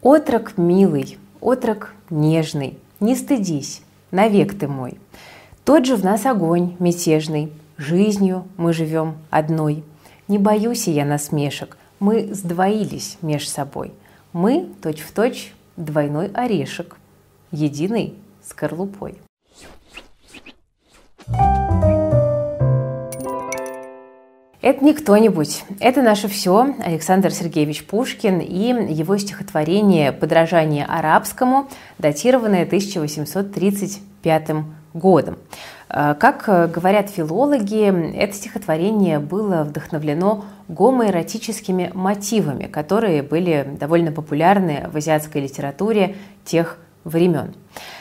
Отрок милый, отрок нежный, не стыдись, навек ты мой. Тот же в нас огонь мятежный, жизнью мы живем одной. Не боюсь я насмешек, мы сдвоились меж собой. Мы точь-в-точь двойной орешек, единой скорлупой. Это не кто-нибудь, это наше все, Александр Сергеевич Пушкин и его стихотворение «Подражание арабскому», датированное 1835 годом. Как говорят филологи, это стихотворение было вдохновлено гомоэротическими мотивами, которые были довольно популярны в азиатской литературе тех времен.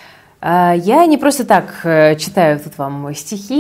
Я не просто так читаю тут вам стихи,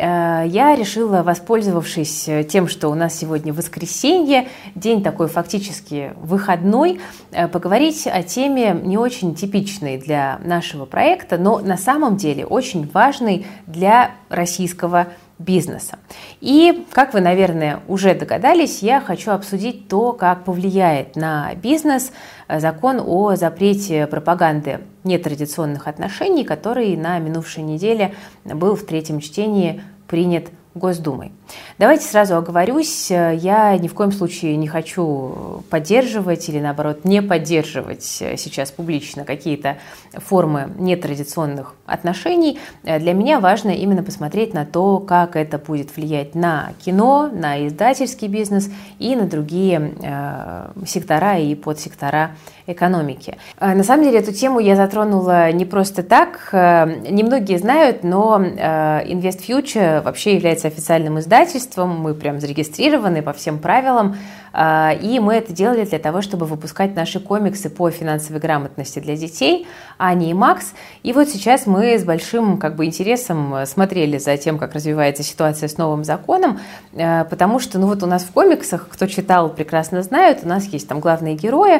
я решила, воспользовавшись тем, что у нас сегодня воскресенье, день такой фактически выходной, поговорить о теме не очень типичной для нашего проекта, но на самом деле очень важной для российского бизнеса. И, как вы, наверное, уже догадались, я хочу обсудить то, как повлияет на бизнес закон о запрете пропаганды нетрадиционных отношений, который на минувшей неделе был в третьем чтении принят Госдумой. Давайте сразу оговорюсь, я ни в коем случае не хочу поддерживать или, наоборот, не поддерживать сейчас публично какие-то формы нетрадиционных отношений. Для меня важно именно посмотреть на то, как это будет влиять на кино, на издательский бизнес и на другие сектора и подсектора экономики. На самом деле эту тему я затронула не просто так. Немногие знают, но Invest Future вообще является официальным издательством, мы прям зарегистрированы по всем правилам, и мы это делали для того, чтобы выпускать наши комиксы по финансовой грамотности для детей, Аня и Макс. И вот сейчас мы с большим интересом смотрели за тем, как развивается ситуация с новым законом, потому что у нас в комиксах, кто читал, прекрасно знают, у нас есть там главные герои,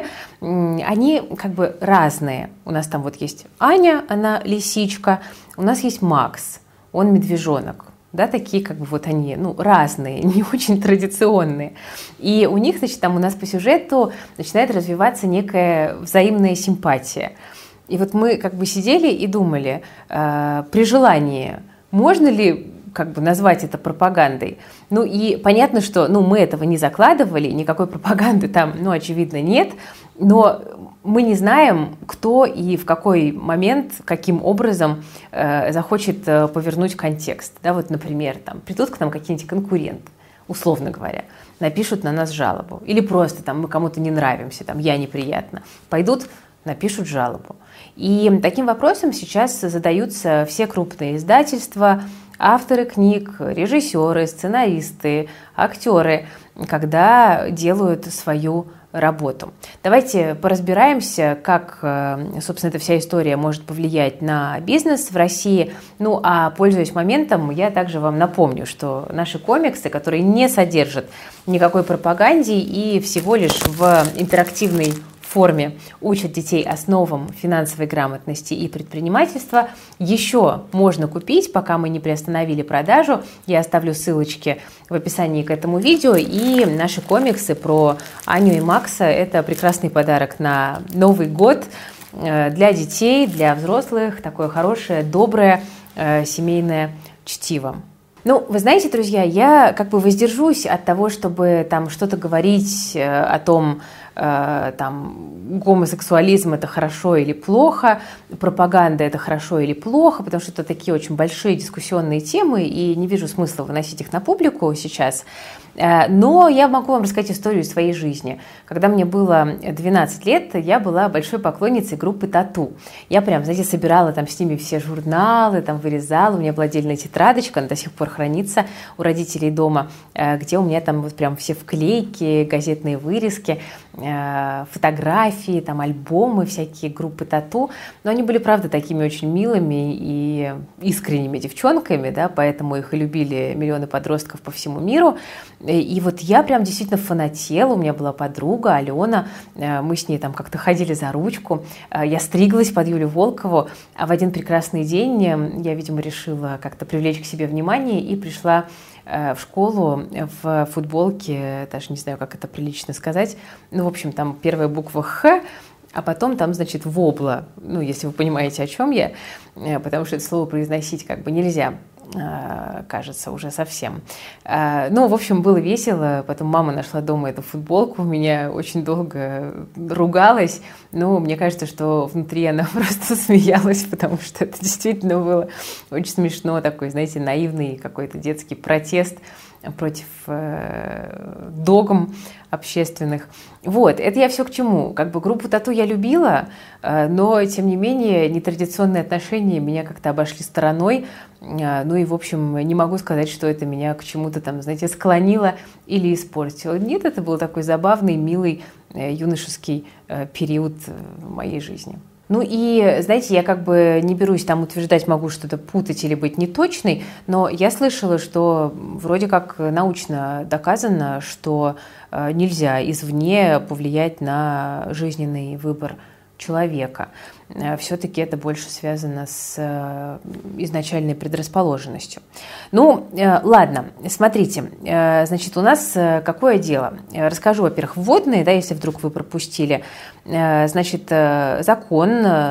они разные. У нас там есть Аня, она лисичка, у нас есть Макс, он медвежонок. Да, такие они разные, не очень традиционные. И у них, у нас по сюжету начинает развиваться некая взаимная симпатия. И вот мы сидели и думали, при желании, можно ли назвать это пропагандой? И понятно, что мы этого не закладывали, никакой пропаганды там, очевидно, нет, но мы не знаем, кто и в какой момент, каким образом захочет повернуть контекст. Да, например, придут к нам какие-нибудь конкуренты, условно говоря, напишут на нас жалобу. Или просто мы кому-то не нравимся, я неприятно. Пойдут, напишут жалобу. И таким вопросом сейчас задаются все крупные издательства, авторы книг, режиссеры, сценаристы, актеры, когда делают свою работу. Давайте поразбираемся, как, собственно, эта вся история может повлиять на бизнес в России. А пользуясь моментом, я также вам напомню, что наши комиксы, которые не содержат никакой пропаганды и всего лишь в интерактивной форме учат детей основам финансовой грамотности и предпринимательства, еще можно купить, пока мы не приостановили продажу. Я оставлю ссылочки в описании к этому видео. И наши комиксы про Аню и Макса – это прекрасный подарок на Новый год для детей, для взрослых. Такое хорошее, доброе семейное чтиво. Вы знаете, друзья, я воздержусь от того, чтобы что-то говорить о том, гомосексуализм – это хорошо или плохо, пропаганда – это хорошо или плохо, потому что это такие очень большие дискуссионные темы, и не вижу смысла выносить их на публику сейчас. Но я могу вам рассказать историю своей жизни. Когда мне было 12 лет, я была большой поклонницей группы Тату. Я прям, собирала с ними все журналы, вырезала. У меня была отдельная тетрадочка, она до сих пор хранится у родителей дома, где у меня прям все вклейки, газетные вырезки, фотографии, альбомы всякие группы Тату. Но они были, правда, такими очень милыми и искренними девчонками, да, поэтому их и любили миллионы подростков по всему миру. И я прям действительно фанатела, у меня была подруга Алена, мы с ней как-то ходили за ручку, я стриглась под Юлю Волкову, а в один прекрасный день я, видимо, решила как-то привлечь к себе внимание и пришла в школу в футболке, даже не знаю, как это прилично сказать, в общем, там первая буква «Х», а потом там, значит, вобла, ну, если вы понимаете, о чем я, потому что это слово произносить как бы нельзя, кажется, уже совсем. Ну, в общем, было весело. Потом мама нашла дома эту футболку, меня очень долго ругалась. Но мне кажется, что внутри она просто смеялась, потому что это действительно было очень смешно. Такой, знаете, наивный какой-то детский протест против догм общественных. Вот, это я все к чему. Как бы группу «Тату» я любила, но, тем не менее, нетрадиционные отношения меня как-то обошли стороной. Ну и, в общем, не могу сказать, что это меня к чему-то там, знаете, склонило или испортило. Нет, это был такой забавный, милый, юношеский период в моей жизни. Ну и, знаете, я как бы не берусь там утверждать, могу что-то путать или быть неточной, но я слышала, что вроде как научно доказано, что нельзя извне повлиять на жизненный выбор человека. Все-таки это больше связано с изначальной предрасположенностью. Ну, ладно, смотрите, значит, у нас какое дело? Расскажу, во-первых, вводные, да, если вдруг вы пропустили. Значит, закон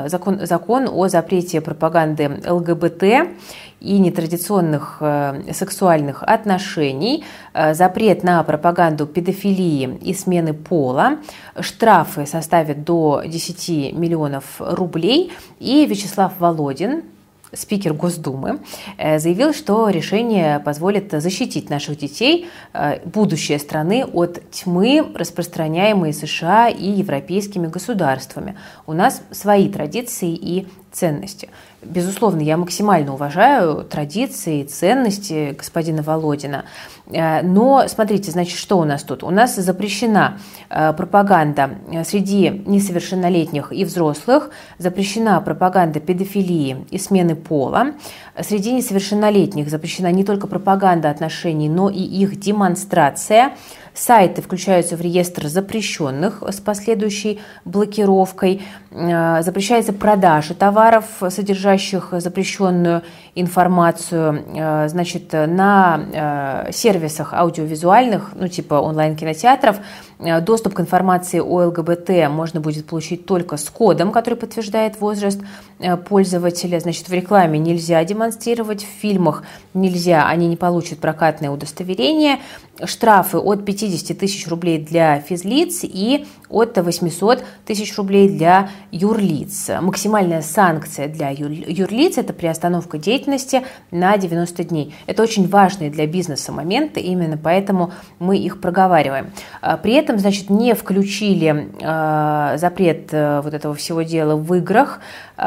о запрете пропаганды ЛГБТ и нетрадиционных сексуальных отношений, запрет на пропаганду педофилии и смены пола, штрафы составят до 10 миллионов рублей, и Вячеслав Володин, спикер Госдумы, заявил, что решение позволит защитить наших детей, будущее страны, от тьмы, распространяемой США и европейскими государствами. У нас свои традиции и ценности. Безусловно, я максимально уважаю традиции и ценности господина Володина. Но смотрите, значит, что у нас тут? У нас запрещена пропаганда среди несовершеннолетних и взрослых, запрещена пропаганда педофилии и смены пола. Среди несовершеннолетних запрещена не только пропаганда отношений, но и их демонстрация. Сайты включаются в реестр запрещенных с последующей блокировкой. Запрещается продажа товаров, содержащих запрещенную информацию. Значит, на сервисах аудиовизуальных, ну типа онлайн-кинотеатров, доступ к информации о ЛГБТ можно будет получить только с кодом, который подтверждает возраст пользователя. Значит, в рекламе нельзя демонстрировать, в фильмах нельзя, они не получат прокатное удостоверение. Штрафы от 50 тысяч рублей для физлиц и от 800 тысяч рублей для юрлиц. Максимальная санкция для юрлиц – это приостановка деятельности на 90 дней. Это очень важные для бизнеса моменты, именно поэтому мы их проговариваем. При этом, значит, не включили запрет вот этого всего дела в играх,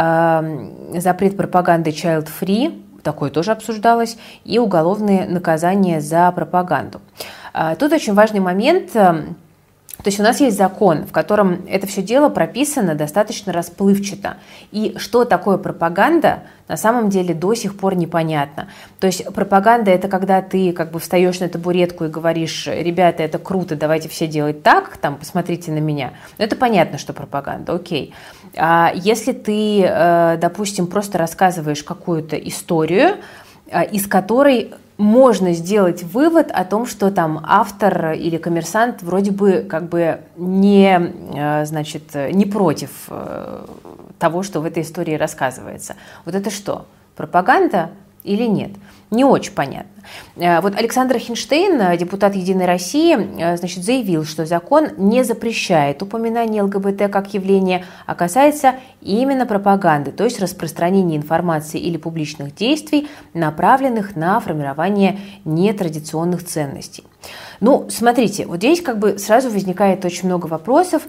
запрет пропаганды child-free, такое тоже обсуждалось, и уголовные наказания за пропаганду. Тут очень важный момент. То есть у нас есть закон, в котором это все дело прописано достаточно расплывчато. И что такое пропаганда, на самом деле до сих пор непонятно. То есть пропаганда – это когда ты как бы встаешь на табуретку и говоришь: ребята, это круто, давайте все делать так, там, посмотрите на меня. Ну, это понятно, что пропаганда, окей. А если ты, допустим, просто рассказываешь какую-то историю, из которой можно сделать вывод о том, что там автор или коммерсант вроде бы как бы не, значит, не против того, что в этой истории рассказывается. Вот это что? Пропаганда или нет? Не очень понятно. Вот Александр Хинштейн, депутат «Единой России», значит, заявил, что закон не запрещает упоминание ЛГБТ как явление, а касается именно пропаганды, то есть распространения информации или публичных действий, направленных на формирование нетрадиционных ценностей. Ну, смотрите, вот здесь как бы сразу возникает очень много вопросов.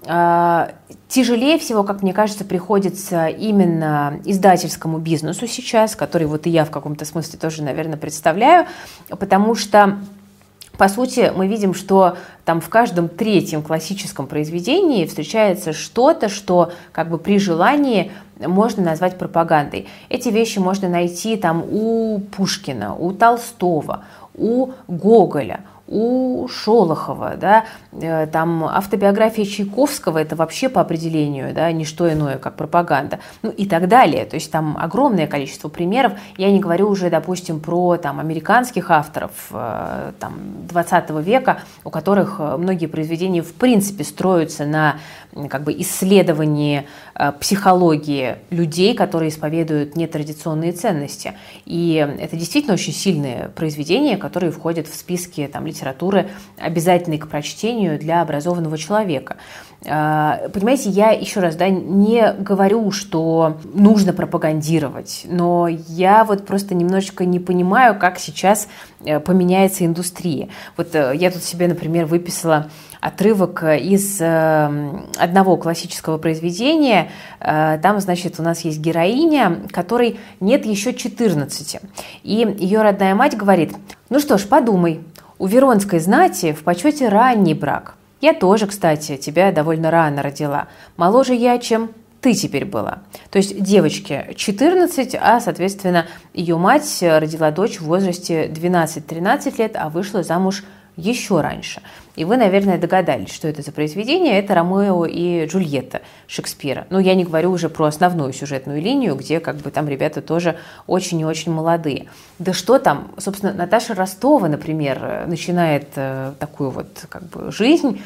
Тяжелее всего, как мне кажется, приходится именно издательскому бизнесу сейчас, который вот и я в каком-то смысле тоже, наверное, представляю, потому что, по сути, мы видим, что там в каждом третьем классическом произведении встречается что-то, что как бы при желании можно назвать пропагандой. Эти вещи можно найти там у Пушкина, у Толстого, у Гоголя, у Шолохова, да, там автобиография Чайковского – это вообще по определению, да, не что иное, как пропаганда, ну и так далее. То есть там огромное количество примеров. Я не говорю уже, допустим, про там американских авторов там 20 века, у которых многие произведения в принципе строятся на как бы исследовании психологии людей, которые исповедуют нетрадиционные ценности. И это действительно очень сильные произведения, которые входят в списки там, литературы, обязательной к прочтению для образованного человека. Понимаете, я еще раз, да, не говорю, что нужно пропагандировать, но я вот просто немножечко не понимаю, как сейчас поменяется индустрия. Вот я тут себе, например, выписала отрывок из одного классического произведения. Там, значит, у нас есть героиня, которой нет еще 14. И ее родная мать говорит: ну что ж, подумай, у веронской знати в почете ранний брак. Я тоже, кстати, тебя довольно рано родила. Моложе я, чем ты теперь была. То есть девочке 14, а, соответственно, ее мать родила дочь в возрасте 12-13 лет, а вышла замуж еще раньше. И вы, наверное, догадались, что это за произведение. Это «Ромео и Джульетта» Шекспира. Ну, я не говорю уже про основную сюжетную линию, где как бы там ребята тоже очень и очень молодые. Да что там, собственно, Наташа Ростова, например, начинает такую вот как бы жизнь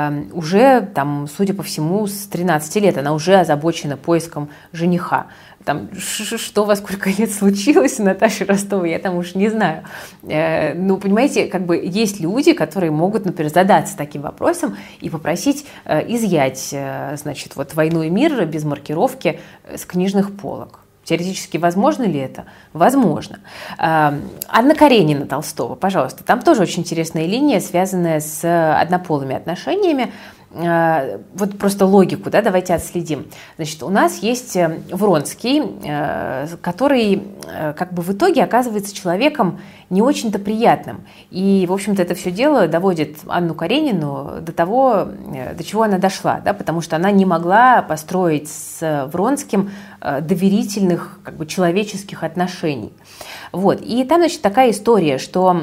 уже там, судя по всему, с 13 лет. Она уже озабочена поиском жениха. Там, что во сколько лет случилось у Наташи Ростовой, я там уж не знаю. Ну, понимаете, как бы есть люди, которые могут, например, задаться таким вопросом и попросить изъять, значит, вот «Войну и мир» без маркировки с книжных полок. Теоретически возможно ли это? Возможно. Анна Каренина Толстого, пожалуйста. Там тоже очень интересная линия, связанная с однополыми отношениями. Вот просто логику, да, давайте отследим. Значит, у нас есть Вронский, который как бы в итоге оказывается человеком не очень-то приятным. И, в общем-то, это все дело доводит Анну Каренину до того, до чего она дошла, да, потому что она не могла построить с Вронским доверительных, как бы, человеческих отношений. Вот. И там, значит, такая история, что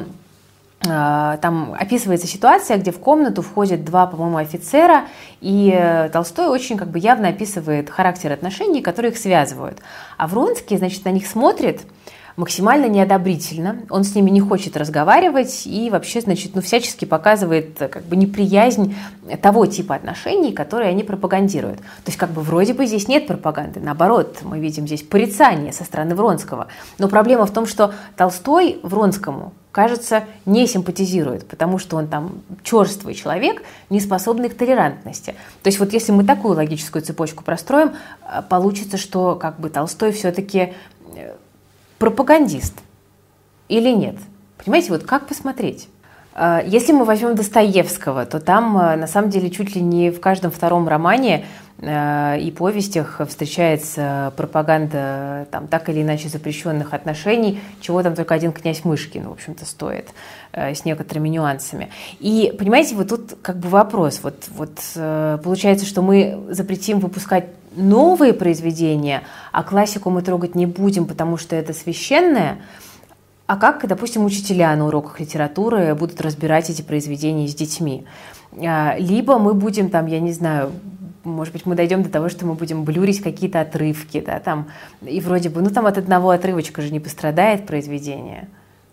там описывается ситуация, где в комнату входят два, по-моему, офицера, и Толстой очень как бы явно описывает характер отношений, которые их связывают. А Вронский, значит, на них смотрит максимально неодобрительно, он с ними не хочет разговаривать и вообще, значит, ну, всячески показывает как бы неприязнь того типа отношений, которые они пропагандируют. То есть как бы вроде бы здесь нет пропаганды, наоборот, мы видим здесь порицание со стороны Вронского. Но проблема в том, что Толстой Вронскому, кажется, не симпатизирует, потому что он там черствый человек, не способный к толерантности. То есть вот если мы такую логическую цепочку простроим, получится, что как бы Толстой все-таки пропагандист или нет. Понимаете, вот как посмотреть? Если мы возьмем Достоевского, то там на самом деле чуть ли не в каждом втором романе и повестях встречается пропаганда там, так или иначе запрещенных отношений, чего там только один князь Мышкин, в общем-то, стоит, с некоторыми нюансами. И, понимаете, вот тут как бы вопрос. Вот получается, что мы запретим выпускать новые произведения, а классику мы трогать не будем, потому что это священное. А как, допустим, учителя на уроках литературы будут разбирать эти произведения с детьми? Либо мы будем там, я не знаю, может быть, мы дойдем до того, что мы будем блюрить какие-то отрывки, да, там, и вроде бы, ну, там от одного отрывочка же не пострадает произведение.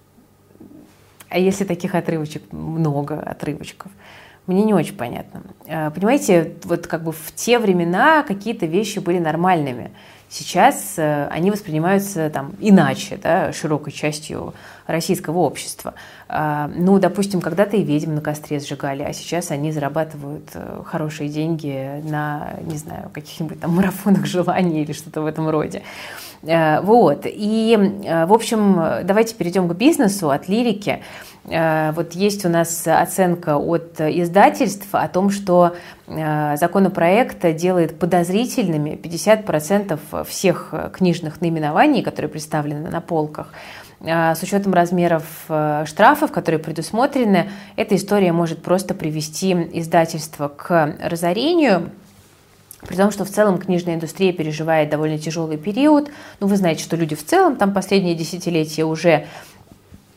А если таких отрывочек много, отрывочков? Мне не очень понятно. Понимаете, вот как бы в те времена какие-то вещи были нормальными. Сейчас они воспринимаются там иначе, да, широкой частью российского общества. Ну, допустим, когда-то и ведьм на костре сжигали, а сейчас они зарабатывают хорошие деньги на, не знаю, каких-нибудь там марафонах желаний или что-то в этом роде. Вот. И, в общем, давайте перейдем к бизнесу, от лирики. Вот есть у нас оценка от издательств о том, что законопроект делает подозрительными 50% всех книжных наименований, которые представлены на полках. С учетом размеров штрафов, которые предусмотрены, эта история может просто привести издательство к разорению. При том, что в целом книжная индустрия переживает довольно тяжелый период. Ну, вы знаете, что люди в целом там последние десятилетия уже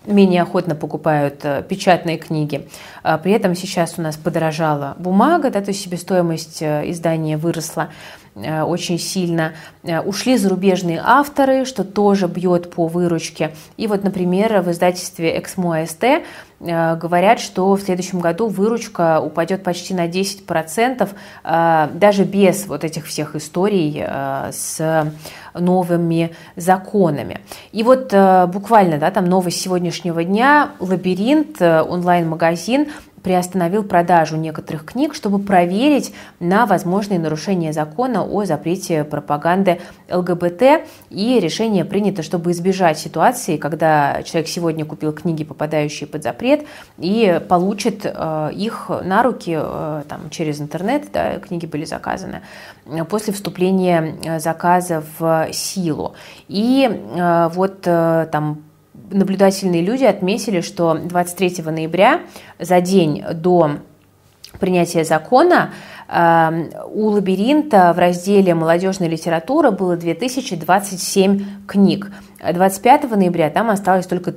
менее охотно покупают печатные книги. При этом сейчас у нас подорожала бумага, да, то есть себестоимость издания выросла очень сильно. Ушли зарубежные авторы, что тоже бьет по выручке. И вот, например, в издательстве «Эксмо АСТ» говорят, что в следующем году выручка упадет почти на 10%, даже без вот этих всех историй с новыми законами. И вот буквально, да, там новость сегодняшнего дня: «Лабиринт», онлайн-магазин, приостановил продажу некоторых книг, чтобы проверить на возможные нарушения закона о запрете пропаганды ЛГБТ. И решение принято, чтобы избежать ситуации, когда человек сегодня купил книги, попадающие под запрет, и получит их на руки там, через интернет, да, книги были заказаны, после вступления заказа в силу. И вот там наблюдательные люди отметили, что 23 ноября, за день до принятия закона, у «Лабиринта» в разделе «Молодежная литература» было 2027 книг. 25 ноября там осталось только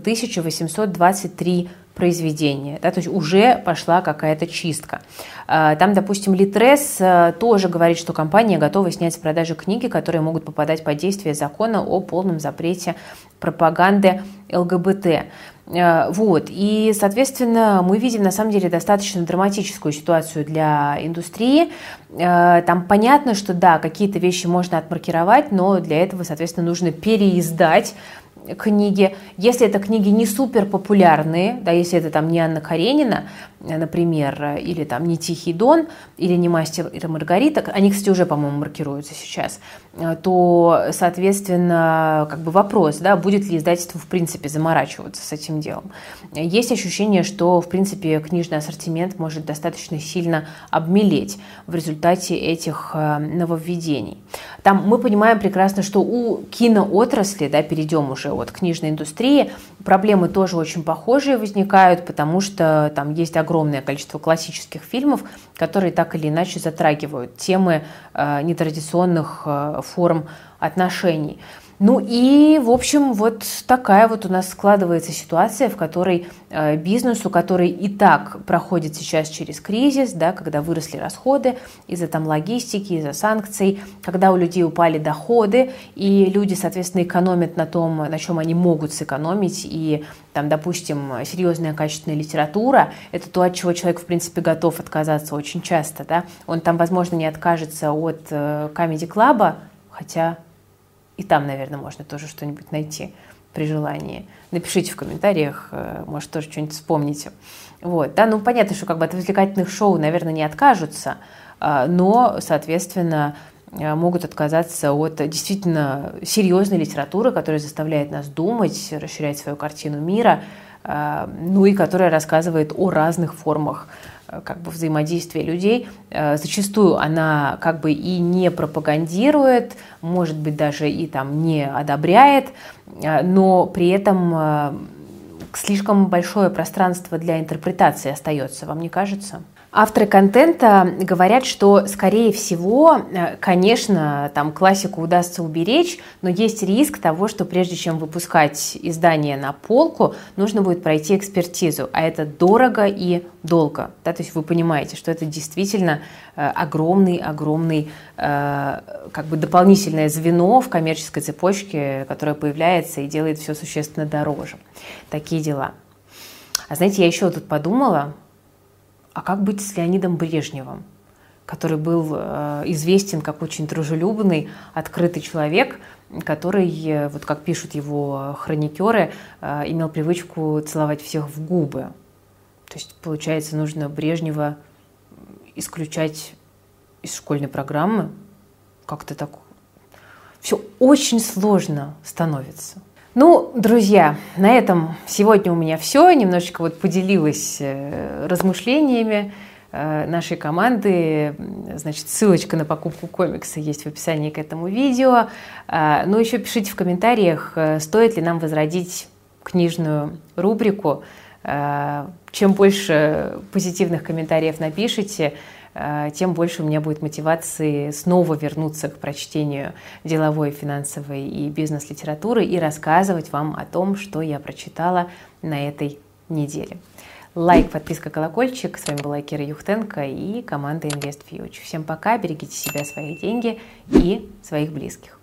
1823 произведения, да, то есть уже пошла какая-то чистка. Там, допустим, Литрес тоже говорит, что компания готова снять с продажи книги, которые могут попадать под действие закона о полном запрете пропаганды ЛГБТ. Вот. И, соответственно, мы видим, на самом деле, достаточно драматическую ситуацию для индустрии. Там понятно, что да, какие-то вещи можно отмаркировать, но для этого, соответственно, нужно переиздать книги. Если это книги не супер популярные, да, если это там не Анна Каренина, например, или там не Тихий Дон, или не Мастер и Маргарита, они, кстати, уже, по-моему, маркируются сейчас, то, соответственно, как бы вопрос, да, будет ли издательство в принципе заморачиваться с этим делом. Есть ощущение, что, в принципе, книжный ассортимент может достаточно сильно обмелеть в результате этих нововведений. Там мы понимаем прекрасно, что у киноотрасли, да, перейдем уже от книжной индустрии, проблемы тоже очень похожие возникают, потому что там есть огромное количество классических фильмов, которые так или иначе затрагивают темы нетрадиционных форм отношений. Ну и, в общем, вот такая вот у нас складывается ситуация, в которой бизнесу, который и так проходит сейчас через кризис, да, когда выросли расходы из-за там логистики, из-за санкций, когда у людей упали доходы, и люди, соответственно, экономят на том, на чем они могут сэкономить, и там, допустим, серьезная качественная литература – это то, от чего человек, в принципе, готов отказаться очень часто, да. Он там, возможно, не откажется от комеди-клаба, хотя и там, наверное, можно тоже что-нибудь найти при желании. Напишите в комментариях, может, тоже что-нибудь вспомните. Вот, да, ну, понятно, что как бы от развлекательных шоу, наверное, не откажутся, но, соответственно, могут отказаться от действительно серьезной литературы, которая заставляет нас думать, расширять свою картину мира, ну и которая рассказывает о разных формах как бы взаимодействия людей. Зачастую она как бы и не пропагандирует, может быть, даже и там не одобряет, но при этом слишком большое пространство для интерпретации остается, вам не кажется? Авторы контента говорят, что, скорее всего, конечно, там классику удастся уберечь, но есть риск того, что прежде чем выпускать издание на полку, нужно будет пройти экспертизу, а это дорого и долго. Да? То есть вы понимаете, что это действительно огромный как бы дополнительное звено в коммерческой цепочке, которое появляется и делает все существенно дороже. Такие дела. А знаете, я еще тут подумала, а как быть с Леонидом Брежневым, который был известен как очень дружелюбный, открытый человек, который, вот как пишут его хроникеры, имел привычку целовать всех в губы. То есть, получается, нужно Брежнева исключать из школьной программы? Как-то так. Все очень сложно становится. Ну, друзья, на этом сегодня у меня все. Немножечко вот поделилась размышлениями нашей команды. Значит, ссылочка на покупку комикса есть в описании к этому видео. Ну, еще пишите в комментариях, стоит ли нам возродить книжную рубрику. Чем больше позитивных комментариев напишите, тем больше у меня будет мотивации снова вернуться к прочтению деловой, финансовой и бизнес-литературы и рассказывать вам о том, что я прочитала на этой неделе. Лайк, подписка, колокольчик. С вами была Кира Юхтенко и команда InvestFuture. Всем пока, берегите себя, свои деньги и своих близких.